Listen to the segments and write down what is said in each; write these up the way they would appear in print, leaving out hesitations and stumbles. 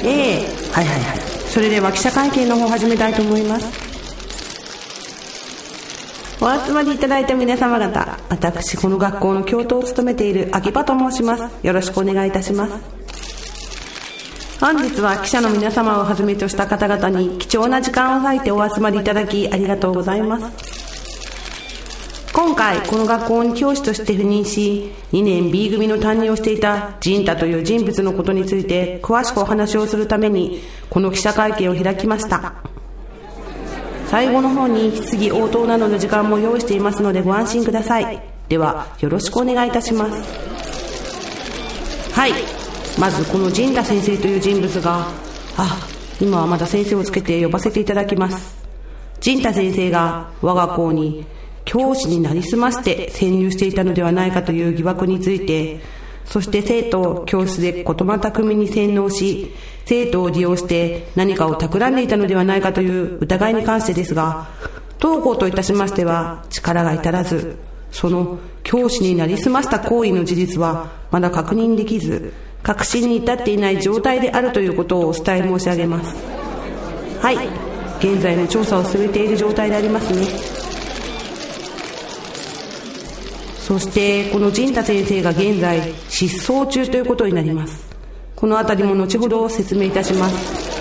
はいはいはい。それでは記者会見の方を始めたいと思います。お集まりいただいた皆様方、私この学校の教頭を務めている秋葉と申します。よろしくお願いいたします。本日は記者の皆様をはじめとした方々に貴重な時間を割いてお集まりいただきありがとうございます。今回この学校に教師として赴任し、2年 B 組の担任をしていた陣太という人物のことについて詳しくお話をするためにこの記者会見を開きました。最後の方に質疑応答などの時間も用意していますのでご安心ください。ではよろしくお願いいたします。はい、まずこの陣太先生という人物が、今はまだ先生をつけて呼ばせていただきます。陣太先生が我が校に教師になりすまして潜入していたのではないかという疑惑について、そして生徒を教室で言葉巧みに洗脳し、生徒を利用して何かを企んでいたのではないかという疑いに関してですが、当校といたしましては力が至らず、その教師になりすました行為の事実はまだ確認できず、確信に至っていない状態であるということをお伝え申し上げます。はい、現在の調査を進めている状態でありますね。そしてこの陣太先生が現在失踪中ということになります。このあたりも後ほど説明いたします。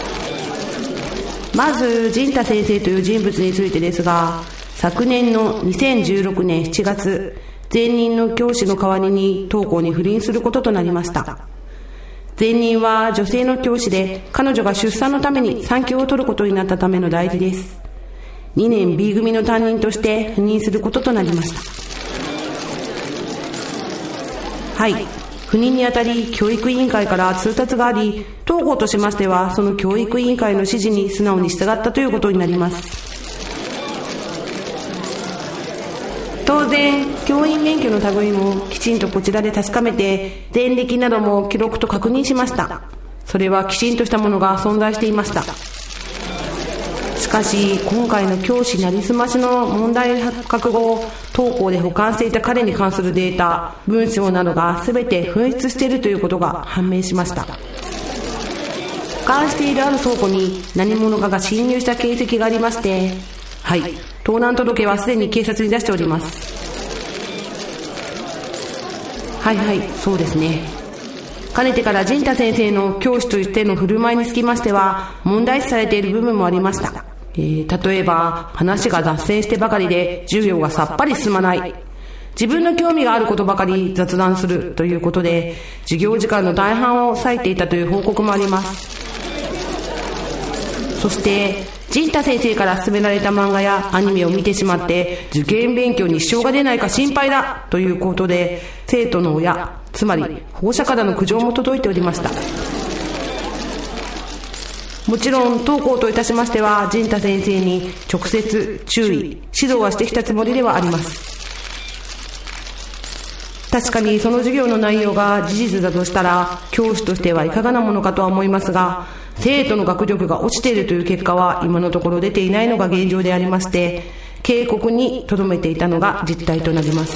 まず陣太先生という人物についてですが、昨年の2016年7月、前任の教師の代わりに当校に赴任することとなりました。前任は女性の教師で、彼女が出産のために産休を取ることになったための代理です。2年 B 組の担任として赴任することとなりました。はい、赴任にあたり教育委員会から通達があり、当校としましてはその教育委員会の指示に素直に従ったということになります。当然教員免許の類もきちんとこちらで確かめて、前歴なども記録と確認しました。それはきちんとしたものが存在していました。しかし今回の教師なりすましの問題発覚後、当校で保管していた彼に関するデータ、文章などが全て紛失しているということが判明しました。保管しているある倉庫に何者かが侵入した形跡がありまして、はい、盗難届はすでに警察に出しております。はいはい、そうですね。かねてから陣太先生の教師としての振る舞いにつきましては問題視されている部分もありました。例えば話が脱線してばかりで授業がさっぱり進まない、自分の興味があることばかり雑談するということで授業時間の大半を割いていたという報告もあります。そして陣太先生から勧められた漫画やアニメを見てしまって受験勉強に支障が出ないか心配だということで、生徒の親、つまり保護者からの苦情も届いておりました。もちろん当校といたしましては陣太先生に直接注意指導はしてきたつもりではあります。確かにその授業の内容が事実だとしたら教師としてはいかがなものかとは思いますが、生徒の学力が落ちているという結果は今のところ出ていないのが現状でありまして、警告にとどめていたのが実態となります。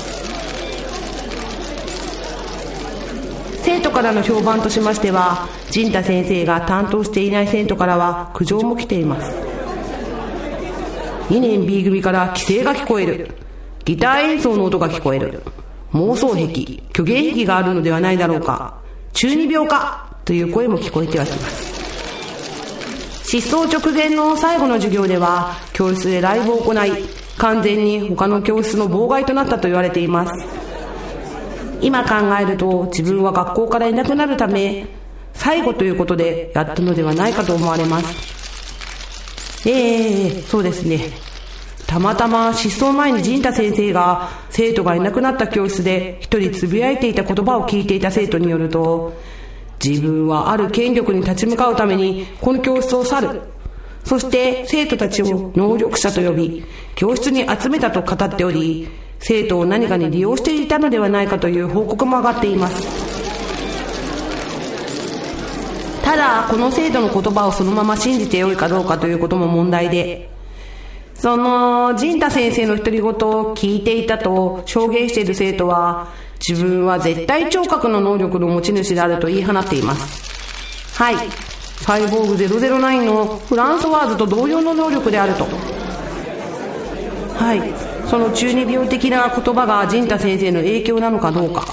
生徒からの評判としましては、陣太先生が担当していない生徒からは苦情も来ています。2年 B 組から奇声が聞こえる、ギター演奏の音が聞こえる、妄想癖、虚言癖があるのではないだろうか、中二病かという声も聞こえてはきます。失踪直前の最後の授業では教室でライブを行い、完全に他の教室の妨害となったと言われています。今考えると自分は学校からいなくなるため最後ということでやったのではないかと思われます。そうですね。たまたま失踪前に陣太先生が生徒がいなくなった教室で一人つぶやいていた言葉を聞いていた生徒によると、自分はある権力に立ち向かうためにこの教室を去る、そして生徒たちを能力者と呼び教室に集めたと語っており、生徒を何かに利用していたのではないかという報告も上がっています。ただこの生徒の言葉をそのまま信じてよいかどうかということも問題で、その陣太先生の独り言を聞いていたと証言している生徒は、自分は絶対聴覚の能力の持ち主であると言い放っています。はい、 サイボーグ009のフランソワーズと同様の能力であると。はい、その中二病的な言葉が陣太先生の影響なのかどうか。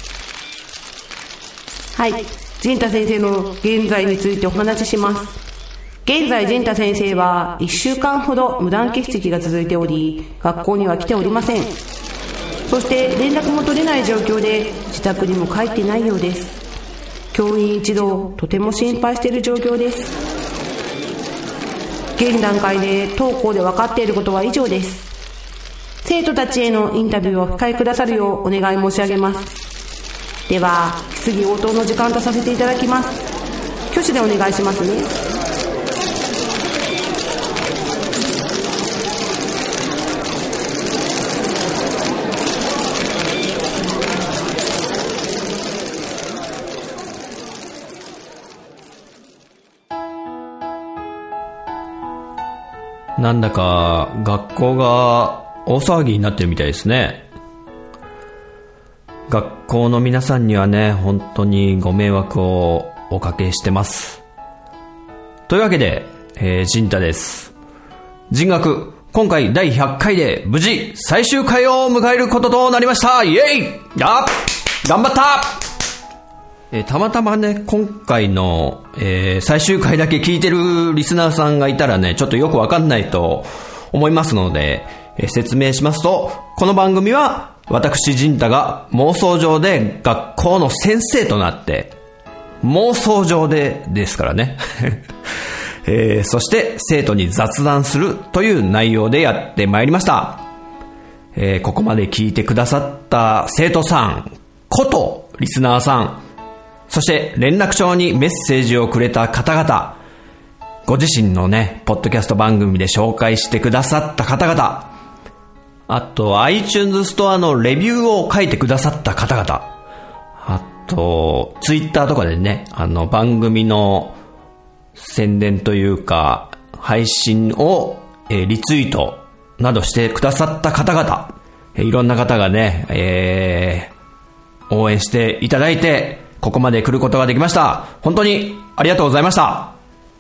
はい、陣太先生の現在についてお話しします。現在陣太先生は1週間ほど無断欠席が続いており、学校には来ておりません。そして連絡も取れない状況で自宅にも帰っていないようです。教員一同とても心配している状況です。現段階で当校で分かっていることは以上です。生徒たちへのインタビューをお控えくださるようお願い申し上げます。では質疑応答の時間とさせていただきます。挙手でお願いしますね。 なんだか学校が大騒ぎになってるみたいですね。学校の皆さんにはね、本当にご迷惑をおかけしてます。というわけで、陣太です。陣学、今回第100回で無事最終回を迎えることとなりました。イエイ！頑張った！たまたまね、今回の、最終回だけ聞いてるリスナーさんがいたらね、ちょっとよくわかんないと思いますので、説明しますと、この番組は私陣太が妄想上で学校の先生となって、妄想上でですからね、そして生徒に雑談するという内容でやってまいりました。ここまで聞いてくださった生徒さんことリスナーさん、そして連絡帳にメッセージをくれた方々、ご自身のねポッドキャスト番組で紹介してくださった方々、あと iTunes ストアのレビューを書いてくださった方々、あと Twitter とかでね番組の宣伝というか配信をリツイートなどしてくださった方々、いろんな方がね、応援していただいてここまで来ることができました。本当にありがとうございました。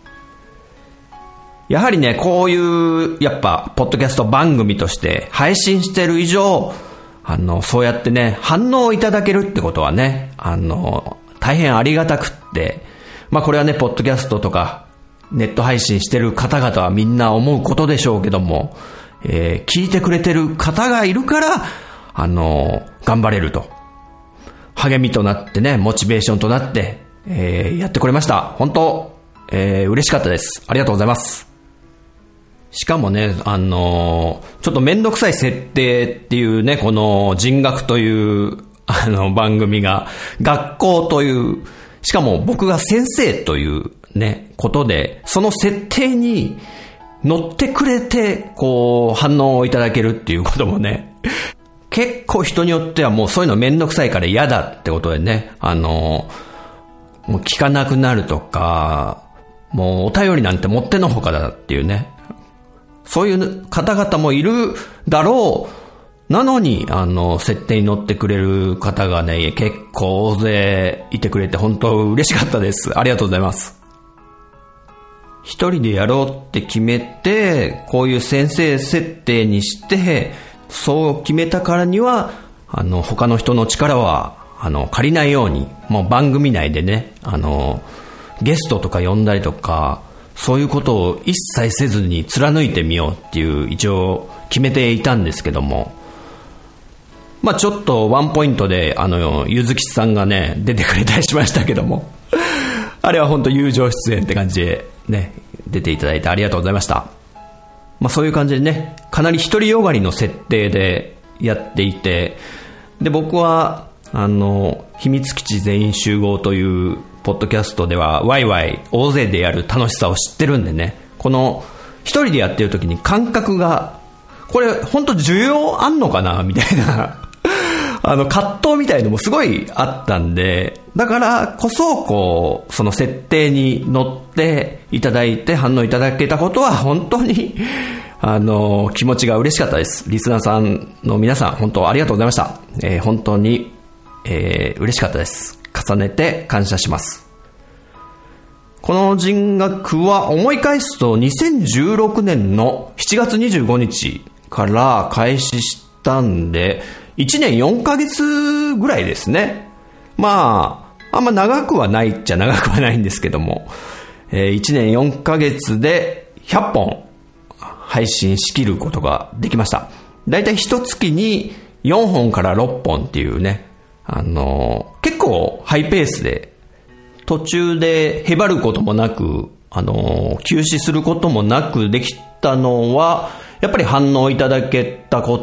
やはりね、こういうやっぱポッドキャスト番組として配信してる以上、そうやってね反応をいただけるってことはね、大変ありがたくって、これはねポッドキャストとかネット配信してる方々はみんな思うことでしょうけども、聞いてくれてる方がいるから頑張れると、励みとなってね、モチベーションとなって、やってこれました。本当、嬉しかったです。ありがとうございます。しかもね、ちょっとめんどくさい設定っていうね、この人学という番組が学校という、しかも僕が先生というねことで、その設定に乗ってくれてこう反応をいただけるっていうこともね、結構人によってはもうそういうのめんどくさいから嫌だってことでね、もう聞かなくなるとか、もうお便りなんてもってのほかだっていうね、そういう方々もいるだろう。なのに設定に乗ってくれる方がね結構大勢いてくれて本当嬉しかったです。ありがとうございます。一人でやろうって決めて、こういう先生設定にして、そう決めたからには他の人の力は借りないように、もう番組内でねゲストとか呼んだりとか、そういうことを一切せずに貫いてみようっていう一応決めていたんですけども、ちょっとワンポイントでゆずきさんがね出てくれたりしましたけどもあれは本当友情出演って感じでね出ていただいてありがとうございました。そういう感じでね、かなり独りよがりの設定でやっていて、で僕は秘密基地全員集合というポッドキャストではワイワイ大勢でやる楽しさを知ってるんでね、この一人でやってる時に感覚がこれ本当需要あんのかなみたいな葛藤みたいのもすごいあったんで、だからこそこうその設定に乗っていただいて反応いただけたことは本当に気持ちが嬉しかったです。リスナーさんの皆さん本当ありがとうございました。本当に、嬉しかったです。重ねて感謝します。 この人学は思い返すと2016年の7月25日から開始したんで、1年4ヶ月ぐらいですね。まあ、あんま長くはないっちゃ長くはないんですけども、1年4ヶ月で100本配信しきることができました。だいたい1月に4本から6本っていうね、結構ハイペースで、途中でへばることもなく、休止することもなくできたのは、やっぱり反応いただけたこと、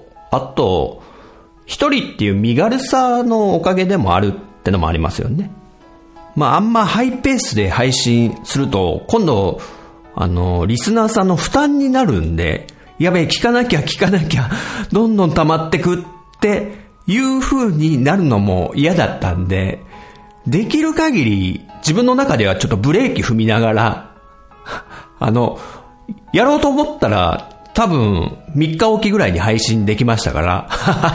あと、一人っていう身軽さのおかげでもあるってのもありますよね。まあ、あんまハイペースで配信すると、今度、リスナーさんの負担になるんで、やべえ、聞かなきゃ、どんどん溜まってくっていう風になるのも嫌だったんで、できる限り自分の中ではちょっとブレーキ踏みながら、やろうと思ったら多分3日おきぐらいに配信できましたから、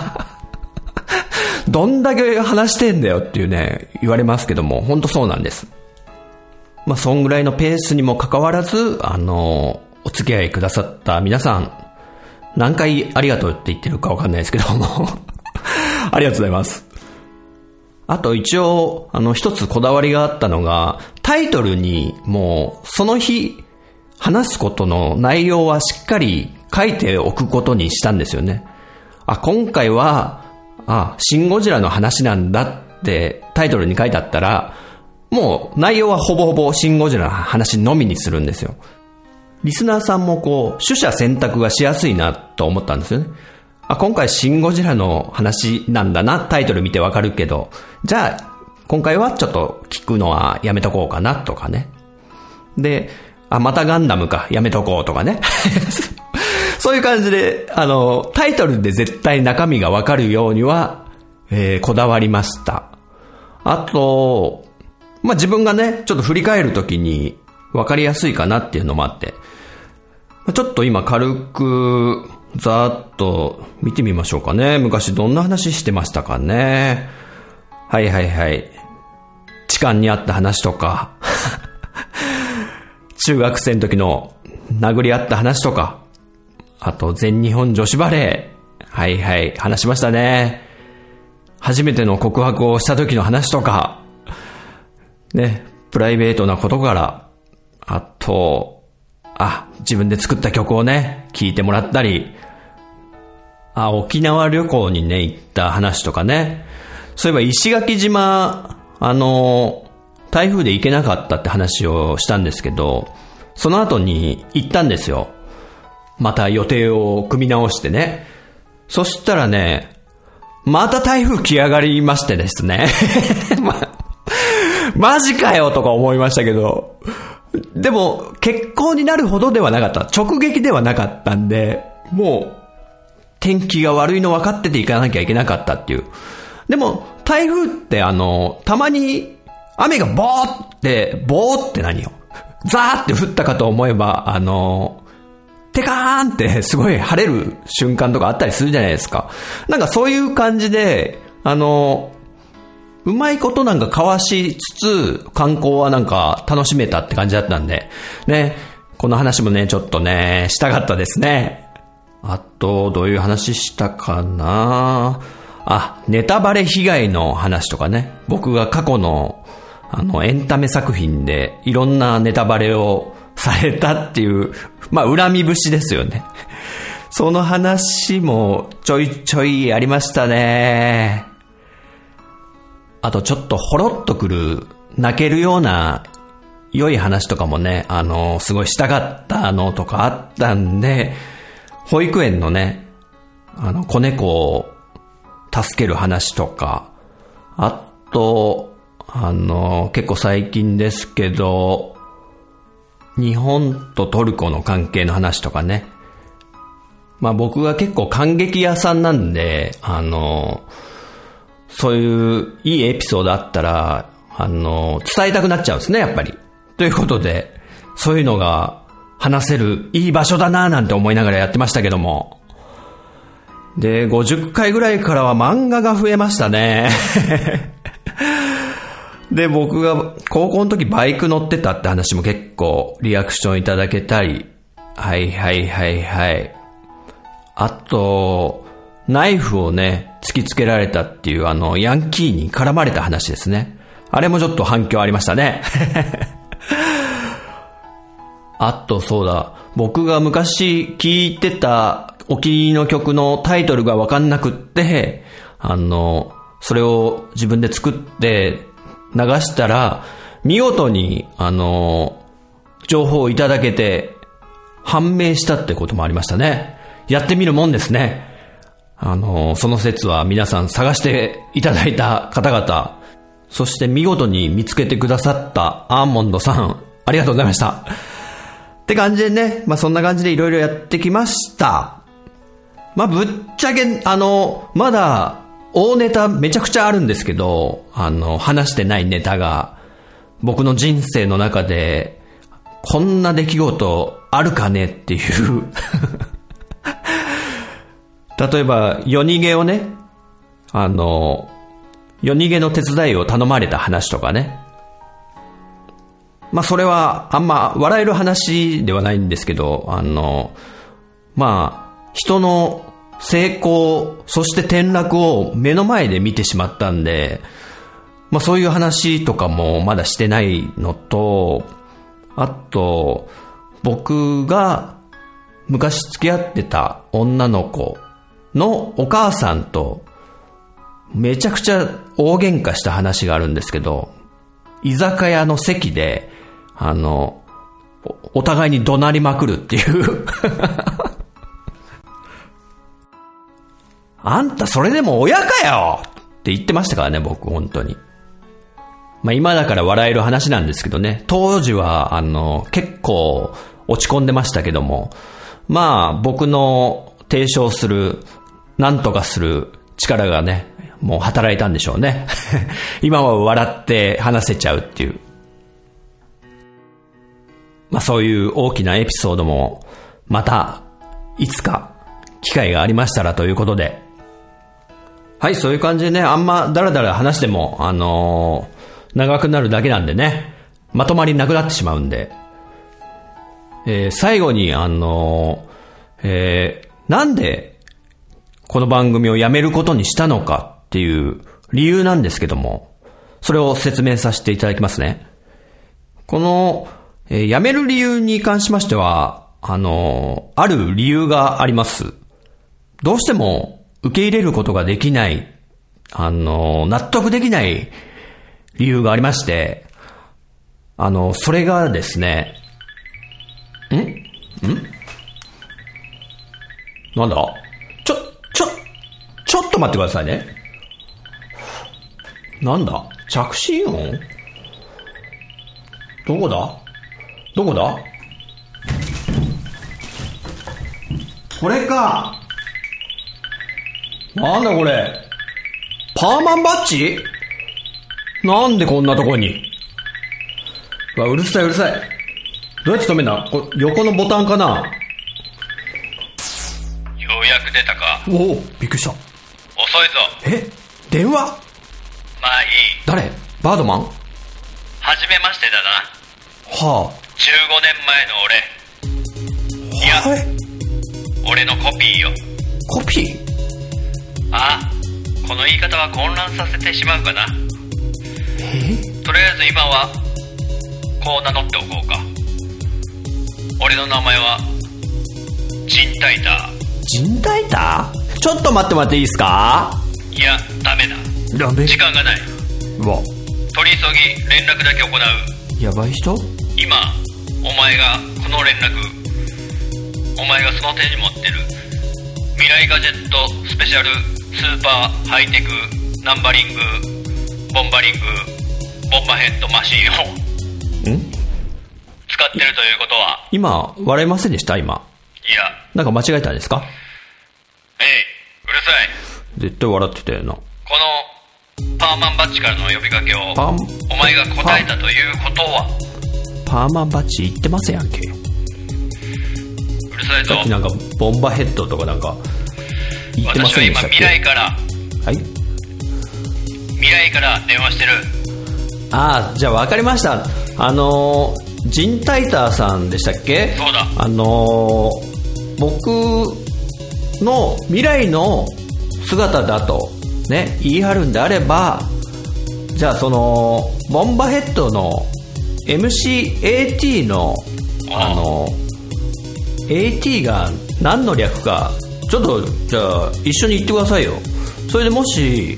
どんだけ話してんだよっていうね、言われますけども、本当そうなんです。まあ、そんぐらいのペースにもかかわらず、お付き合いくださった皆さん、何回ありがとうって言ってるかわかんないですけども、ありがとうございます。あと一応、一つこだわりがあったのが、タイトルにもう、その日、話すことの内容はしっかり書いておくことにしたんですよね。今回は、シン・ゴジラの話なんだってタイトルに書いてあったら、もう内容はほぼほぼシン・ゴジラの話のみにするんですよ。リスナーさんも取捨選択がしやすいなと思ったんですよね。今回シン・ゴジラの話なんだな、タイトル見てわかるけど、じゃあ今回はちょっと聞くのはやめとこうかなとかね。で、またガンダムか、やめとこうとかね。そういう感じで、タイトルで絶対中身がわかるようには、こだわりました。あと、自分がね、ちょっと振り返るときにわかりやすいかなっていうのもあって、ちょっと今軽く、ざーっと見てみましょうかね。昔どんな話してましたかね。はい。痴漢にあった話とか、中学生の時の殴り合った話とか、あと全日本女子バレー。話しましたね。初めての告白をした時の話とか、ね、プライベートなことから、あと、自分で作った曲をね、聴いてもらったり、沖縄旅行にね、行った話とかね。そういえば石垣島、台風で行けなかったって話をしたんですけど、その後に行ったんですよ。また予定を組み直してね。そしたらね、また台風来やがりましてですね。マジかよとか思いましたけど、でも結構になるほどではなかった。直撃ではなかったんで、もう天気が悪いの分かってて行かなきゃいけなかったっていう。でも台風ってたまに雨がボーって何よ。ザーって降ったかと思えば、テカーンってすごい晴れる瞬間とかあったりするじゃないですか。なんかそういう感じで、うまいことなんかかわしつつ、観光はなんか楽しめたって感じだったんで、ね、この話もね、ちょっとね、したかったですね。あと、どういう話したかな。ネタバレ被害の話とかね。僕が過去の、エンタメ作品でいろんなネタバレをされたっていう、恨み節ですよね。その話もちょいちょいありましたね。あとちょっとほろっとくる、泣けるような良い話とかもね、すごいしたかったのとかあったんで、保育園のね、子猫を助ける話とか、あと、結構最近ですけど、日本とトルコの関係の話とかね。僕が結構感激屋さんなんで、そういういいエピソードあったら、伝えたくなっちゃうんですね、やっぱり。ということで、そういうのが話せるいい場所だなぁなんて思いながらやってましたけども。で、50回ぐらいからは漫画が増えましたね。 で、僕が高校の時バイク乗ってたって話も結構リアクションいただけたり、はいはいはいはい。あと、ナイフをね、突きつけられたっていうヤンキーに絡まれた話ですね。あれもちょっと反響ありましたね。あとそうだ、僕が昔聴いてたお気に入りの曲のタイトルがわかんなくって、それを自分で作って流したら、見事に、情報をいただけて、判明したってこともありましたね。やってみるもんですね。その説は皆さん探していただいた方々、そして見事に見つけてくださったアーモンドさん、ありがとうございました。って感じでね、そんな感じでいろいろやってきました。ぶっちゃけ、まだ、大ネタめちゃくちゃあるんですけど、話してないネタが、僕の人生の中で、こんな出来事あるかねっていう。例えば、夜逃げをね、夜逃げの手伝いを頼まれた話とかね。それはあんま笑える話ではないんですけど、人の成功、そして転落を目の前で見てしまったんで、そういう話とかもまだしてないのと、あと、僕が昔付き合ってた女の子のお母さんとめちゃくちゃ大喧嘩した話があるんですけど、居酒屋の席で、お互いに怒鳴りまくるっていう。あんたそれでも親かよって言ってましたからね、僕本当に。今だから笑える話なんですけどね、当時は結構落ち込んでましたけども、僕の提唱する、なんとかする力がね、もう働いたんでしょうね。今は笑って話せちゃうっていう。そういう大きなエピソードもまたいつか機会がありましたらということで、はい、そういう感じでね、あんまだらだら話しても長くなるだけなんでね、まとまりなくなってしまうんで、最後になんでこの番組をやめることにしたのかっていう理由なんですけども、それを説明させていただきますね。この辞める理由に関しましては、ある理由があります。どうしても受け入れることができない、納得できない理由がありまして、それがですね、なんだ？ちょっと待ってくださいね。なんだ？着信音？どこだこれか。なんだこれ。パーマンバッジ？なんでこんなとこに。うるさい。どうやって止めんだ？横のボタンかな？ ようやく出たか。 おお、びっくりした。 遅いぞ。 電話？ まあいい。 誰？バードマン？ はじめましてだな。 はあ。 15年前の俺。いや、 はい、 俺のコピーよ。 コピー？ ああ、この言い方は混乱させてしまうかな。とりあえず今はこう名乗っておこうか。俺の名前はジンタイター。 ジンタイター？ちょっと待ってもらっていいですか？ いや、ダメだ。時間がない。 うわ。 取り急ぎ連絡だけ行う。 やばい人？ 今お前がこの連絡、お前がその手に持ってる未来ガジェットスペシャルスーパーハイテクナンバリングボンバリングボンバヘッドマシンを使ってるということは。 今笑いませんでした？今いや、 なんか間違えたんですか？ うるさい。 絶対笑ってたよな。 このパーマンバッジからの呼びかけをお前が答えたということは。 パーマンバッジ言ってますやんけ。 うるさいぞ。 さっきなんかボンバヘッドとかなんか言ってませんでしたっけ？ 私は今未来から、 はい、 未来から電話してる。 じゃあ分かりました。ジンタイターさんでしたっけ？ そうだ。 僕の未来の姿だとね言い張るんであれば、じゃあそのボンバヘッドの MCAT のAT が何の略かちょっとじゃあ一緒に言ってくださいよ。それでもし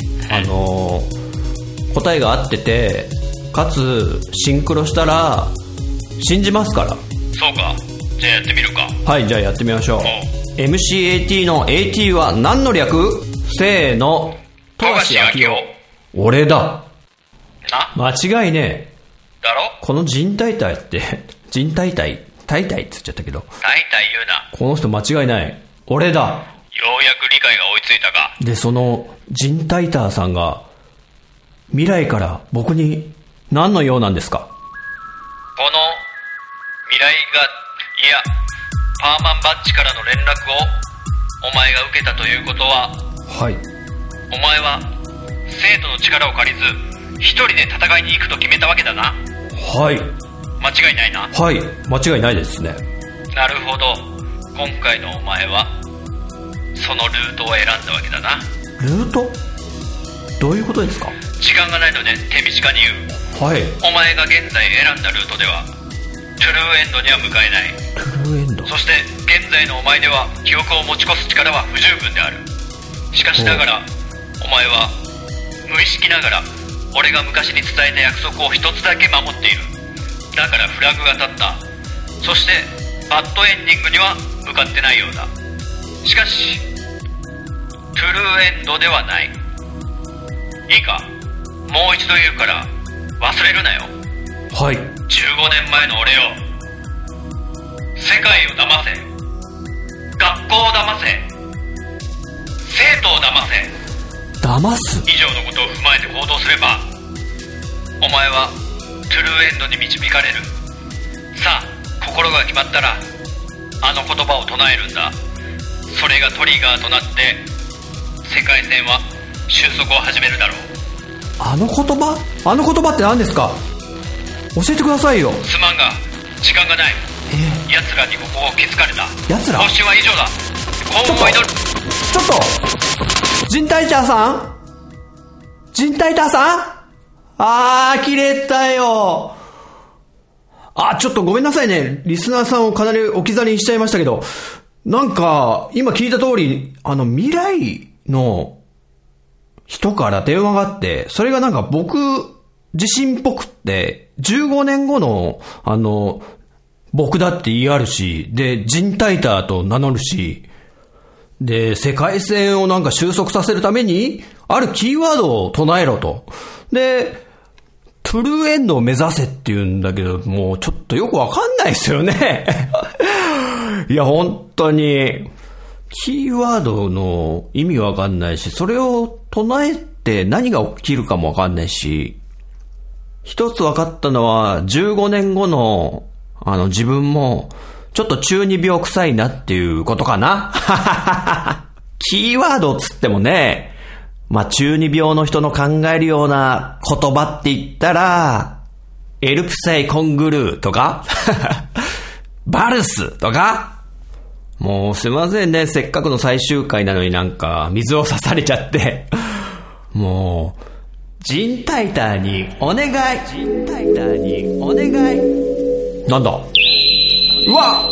答えが合っててかつシンクロしたら信じますから。 そうか、じゃあやってみるか。 はい、じゃあやってみましょう。MCAT の AT は何の略？せーの、 富樫明夫。 俺だ。 な？ 間違いねえ。 だろ？ この人体体って人体体タイタイって言っちゃったけど、 タイタイ言うな。 この人間違いない。俺だ。 ようやく理解が追いついたか。 で、そのジンタイターさんが未来から僕に何の用なんですか？ この未来が、いやパーマンバッジからの連絡をお前が受けたということは、 はい、 お前は生徒の力を借りず一人で戦いに行くと決めたわけだな。 はい。 間違いないな。 はい、間違いないですね。 なるほど、今回のお前はそのルートを選んだわけだな。 ルート？どういうことですか？ 時間がないので手短に言う。 はい。 お前が現在選んだルートではトゥルーエンドには向かえない。 トゥルーエンド。 そして現在のお前では記憶を持ち越す力は不十分である。しかしながらお前は無意識ながら俺が昔に伝えた約束を一つだけ守っている。だからフラグが立った。そしてバッドエンディングには向かってないようだ。しかしトゥルーエンドではない。いいか、もう一度言うから忘れるなよ。 はい。 15年前の俺よ、世界を騙せ、学校を騙せ、生徒を騙せ。 騙す？ 以上のことを踏まえて行動すればお前はトゥルーエンドに導かれる。さあ、心が決まったらあの言葉を唱えるんだ。それがトリガーとなって世界線は収束を始めるだろう。 あの言葉？あの言葉って何ですか？教えてくださいよ。 すまんが時間がない。奴らにここを気づかれた。 奴ら？ 報酬は以上だ。幸運を祈る。 ちょっとジンタイターさん？ジンタイターさん？切れたよ。ちょっとごめんなさいね。リスナーさんをかなり置き去りにしちゃいましたけど、なんか今聞いた通り未来の人から電話があって、それがなんか僕自身っぽくって15年後の僕だって言い張るし、でジンタイターと名乗るし、で世界線をなんか収束させるためにあるキーワードを唱えろと。でトゥルーエンドを目指せって言うんだけど、もうちょっとよくわかんないですよね。いや本当にキーワードの意味わかんないし、それを唱えて何が起きるかもわかんないし、一つわかったのは15年後の自分もちょっと中二病臭いなっていうことかな。キーワードつってもね、中二病の人の考えるような言葉って言ったらエルプセイコングルーとかバルスとか、もうすいませんね、せっかくの最終回なのになんか水を刺されちゃってもうジンタイターにお願い、ジンタイターにお願い。なんだ、うわ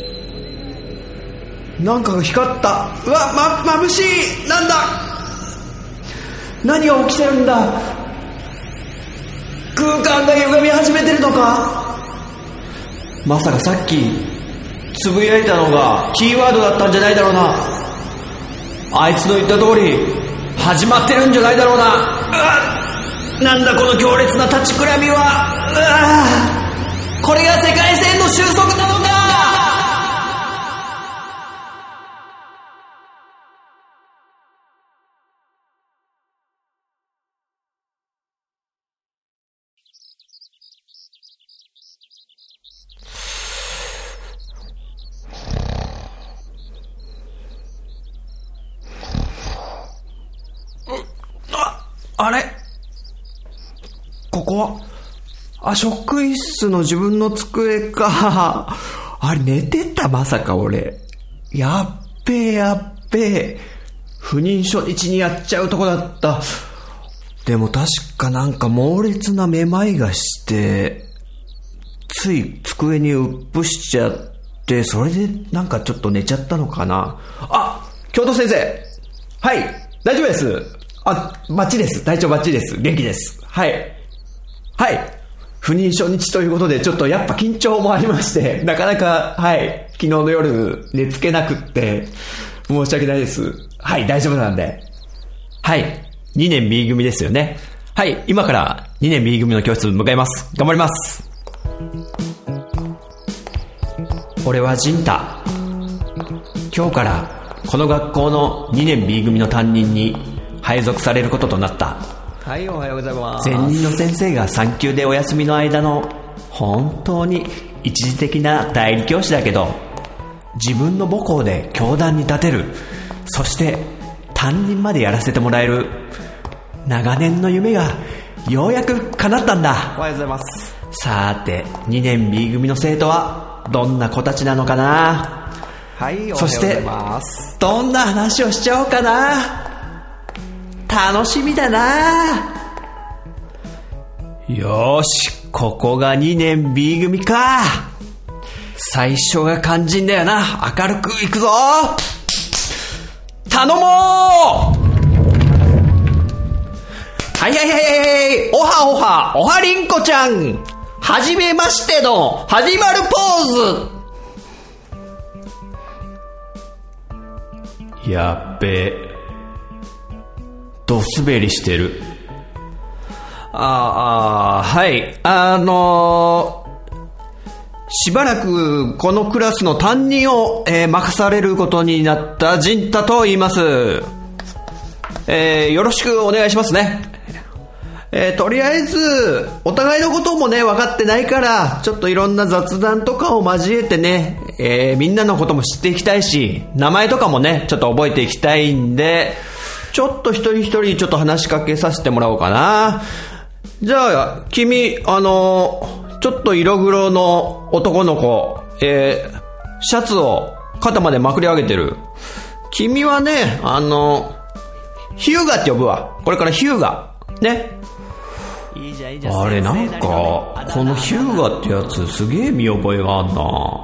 なんかが光った。うわ、眩しい。なんだ、何が起きてるんだ。空間が歪み始めてるのか。まさかさっきつぶやいたのがキーワードだったんじゃないだろうな。あいつの言った通り始まってるんじゃないだろうな。なんだこの強烈な立ちくらみは。これが世界線の収束なのか。あれ、ここは職員室の自分の机か。あれ寝てた、まさか俺。やっべえ。不妊初日にやっちゃうとこだった。でも確かなんか猛烈なめまいがして、つい机にうっぷしちゃって、それでなんかちょっと寝ちゃったのかな。教頭先生。はい、大丈夫です。バッチリです。体調バッチリです。元気です。はい。不妊初日ということで、ちょっとやっぱ緊張もありまして、なかなか、昨日の夜寝つけなくって、申し訳ないです。大丈夫なんで。2年 B 組ですよね。今から2年 B 組の教室向かいます。頑張ります。俺はジンタ。今日からこの学校の2年 B 組の担任に配属されることとなった。 おはようございます。 前任の先生が産休でお休みの間の本当に一時的な代理教師だけど、自分の母校で教壇に立てる、そして担任までやらせてもらえる長年の夢がようやく叶ったんだ。 おはようございます。 さて2年 B 組の生徒はどんな子たちなのかな。そしてどんな話をしちゃおうかな。楽しみだな。よし、ここが2年 B 組か。最初が肝心だよな。明るくいくぞ。頼もう。おはりんこちゃん、はじめましての始まるポーズ。やっべ、ドスベリしてる。しばらくこのクラスの担任を、任されることになったジンタと言います。よろしくお願いしますね。とりあえずお互いのこともね分かってないから、ちょっといろんな雑談とかを交えてね、みんなのことも知っていきたいし、名前とかもねちょっと覚えていきたいんで、ちょっと一人一人ちょっと話しかけさせてもらおうかな。じゃあ君、ちょっと色黒の男の子、シャツを肩までまくり上げてる。君はね、ヒューガって呼ぶわ。これからヒューガね。あれ、なんかこのヒューガってやつすげえ見覚えがあんな。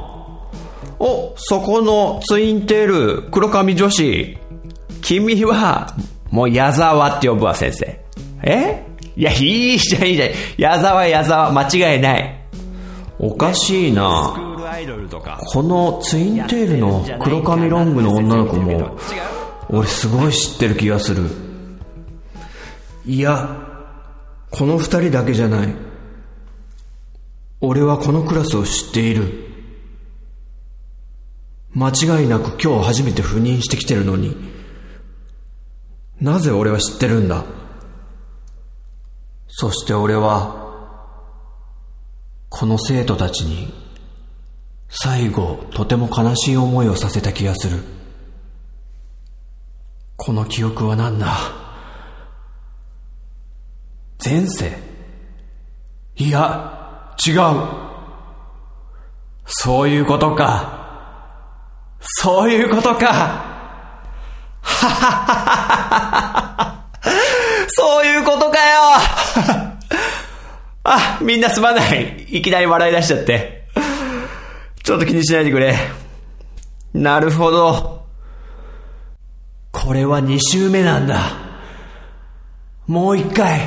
そこのツインテール黒髪女子、君はもう矢沢って呼ぶわ、先生。いや、いいじゃん。矢沢間違いない。おかしいな。このツインテールの黒髪ロングの女の子も俺すごい知ってる気がする。いや、この二人だけじゃない。俺はこのクラスを知っている。間違いなく今日初めて赴任してきてるのに、なぜ俺は知ってるんだ。そして俺はこの生徒たちに最後とても悲しい思いをさせた気がする。この記憶は何だ。前世？いや、違う。そういうことか。そういうことか。はははは。そういうことかよ。みんなすまない。いきなり笑い出しちゃって。ちょっと気にしないでくれ。なるほど。これは2週目なんだ。もう一回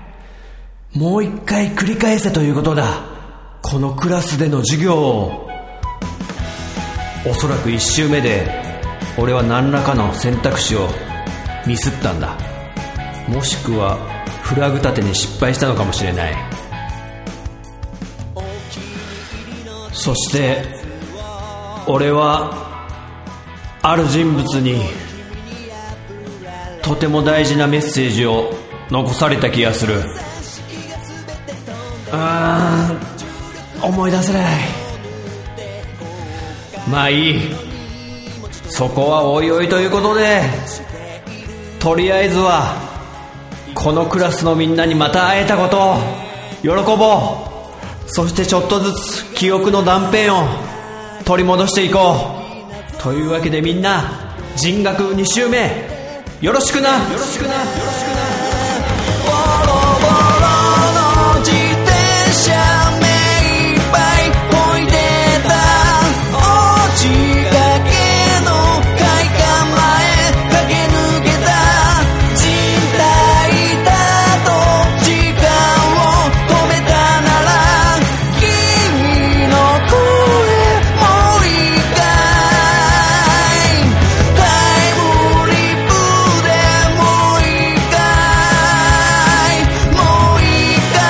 繰り返せということだ。このクラスでの授業を。おそらく1週目で俺は何らかの選択肢をミスったんだ。もしくはフラグ立てに失敗したのかもしれない。そして俺はある人物にとても大事なメッセージを残された気がする。思い出せない。まあいい、そこはおいおいということで、とりあえずはこのクラスのみんなにまた会えたことを喜ぼう。 そしてちょっとずつ記憶の断片を取り戻していこう。というわけでみんな、人学2週目よろしくな。よろしくな。よろしくな。ボロボロの自転車目いっぱいこいでた。落ちかけの快感前駆け抜けた。人体だと時間を止めたなら、君の声もう一回タイムリップでもう一回もう一回。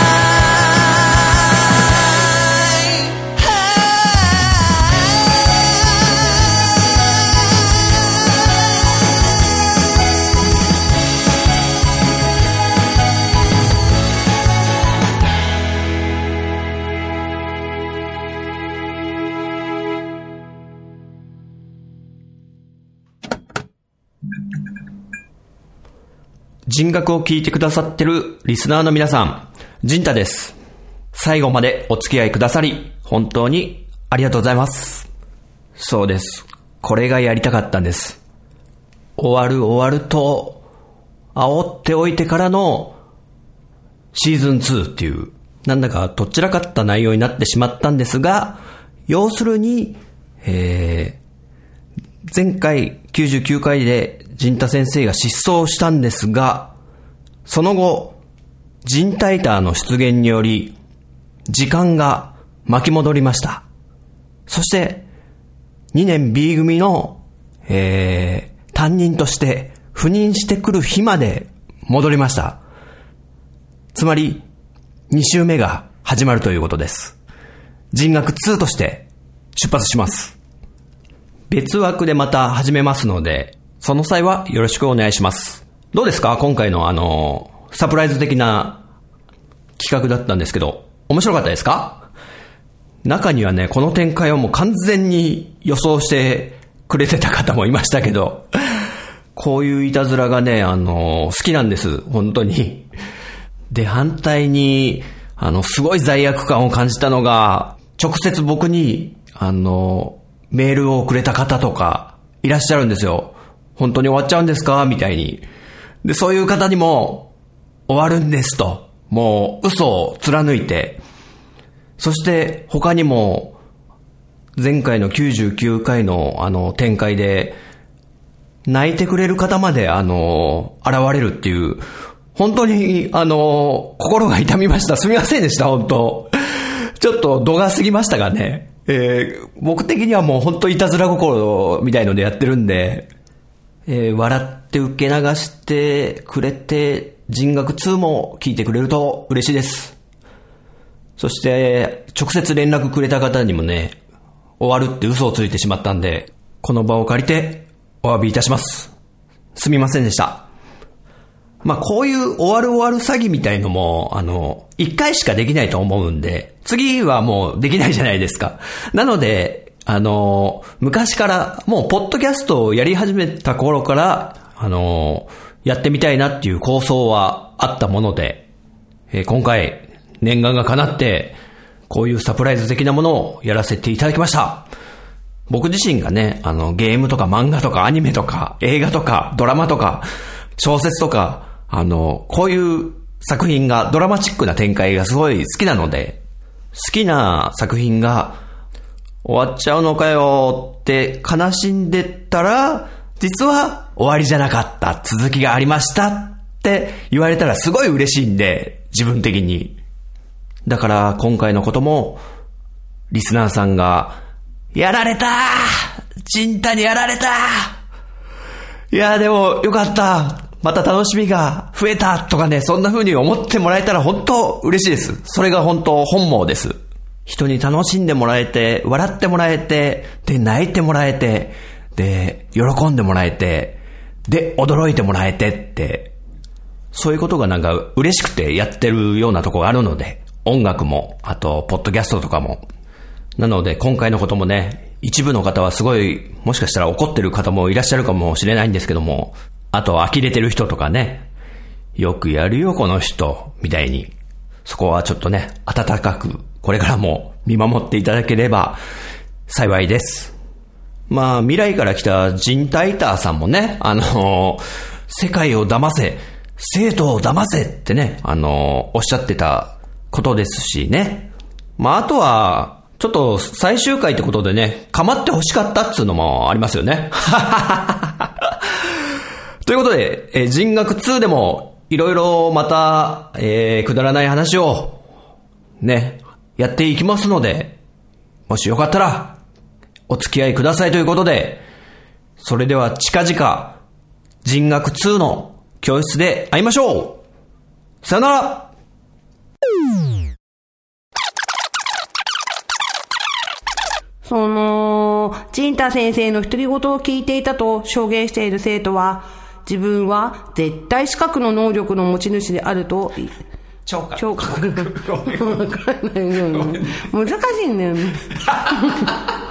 人学を聞いてくださってるリスナーの皆さん、陣太です。最後までお付き合いくださり本当にありがとうございます。そうです。これがやりたかったんです。終わると煽っておいてからのシーズン2っていう、なんだかどちらかった内容になってしまったんですが、要するに、前回99回で陣太先生が失踪したんですが、その後陣タイターの出現により時間が巻き戻りました。そして2年 B 組の、担任として赴任してくる日まで戻りました。つまり2週目が始まるということです。人学2として出発します。別枠でまた始めますので、その際はよろしくお願いします。どうですか？今回のサプライズ的な企画だったんですけど、面白かったですか？中にはね、この展開をもう完全に予想してくれてた方もいましたけど、こういういたずらがね、好きなんです。本当に。で、反対に、すごい罪悪感を感じたのが、直接僕に、メールをくれた方とかいらっしゃるんですよ。本当に終わっちゃうんですか？みたいに。で、そういう方にも終わるんですと、もう嘘を貫いて、そして他にも前回の99回の展開で泣いてくれる方まで現れるっていう、本当に心が痛みました。すみませんでした。本当ちょっと度が過ぎましたがね。僕的にはもう本当いたずら心みたいのでやってるんで、笑って受け流してくれて、人学2も聞いてくれると嬉しいです。そして直接連絡くれた方にもね、終わるって嘘をついてしまったんで、この場を借りてお詫びいたします。すみませんでした。まあこういう終わる詐欺みたいのも一回しかできないと思うんで、次はもうできないじゃないですか。なので昔からもうポッドキャストをやり始めた頃からやってみたいなっていう構想はあったもので、今回念願が叶ってこういうサプライズ的なものをやらせていただきました。僕自身がね、ゲームとか漫画とかアニメとか映画とかドラマとか小説とかこういう作品が、ドラマチックな展開がすごい好きなので、好きな作品が終わっちゃうのかよって悲しんでたら、実は終わりじゃなかった、続きがありましたって言われたらすごい嬉しいんで、自分的に。だから今回のこともリスナーさんがやられた、陣太にやられた、いやでもよかった、また楽しみが増えたとかね、そんな風に思ってもらえたら本当嬉しいです。それが本当本望です。人に楽しんでもらえて、笑ってもらえて、で泣いてもらえて、で喜んでもらえて、で驚いてもらえてって、そういうことがなんか嬉しくてやってるようなところがあるので、音楽もあとポッドキャストとかも。なので今回のこともね、一部の方はすごい、もしかしたら怒ってる方もいらっしゃるかもしれないんですけども、あと呆れてる人とかね、よくやるよこの人みたいに、そこはちょっとね、温かくこれからも見守っていただければ幸いです。まあ、未来から来たジンタイターさんもね、世界を騙せ、生徒を騙せってね、おっしゃってたことですしね。まあ、あとは、ちょっと最終回ってことでね、構って欲しかったっつうのもありますよね。ということで、人学2でもいろいろまた、くだらない話をね、やっていきますので、もしよかったらお付き合いくださいということで、それでは近々人学2の教室で会いましょう。さよなら。 ジンタ先生の独り言を聞いていたと証言している生徒は、自分は絶対視覚の能力の持ち主であると、 聴覚。 わかんないよ。難しいね。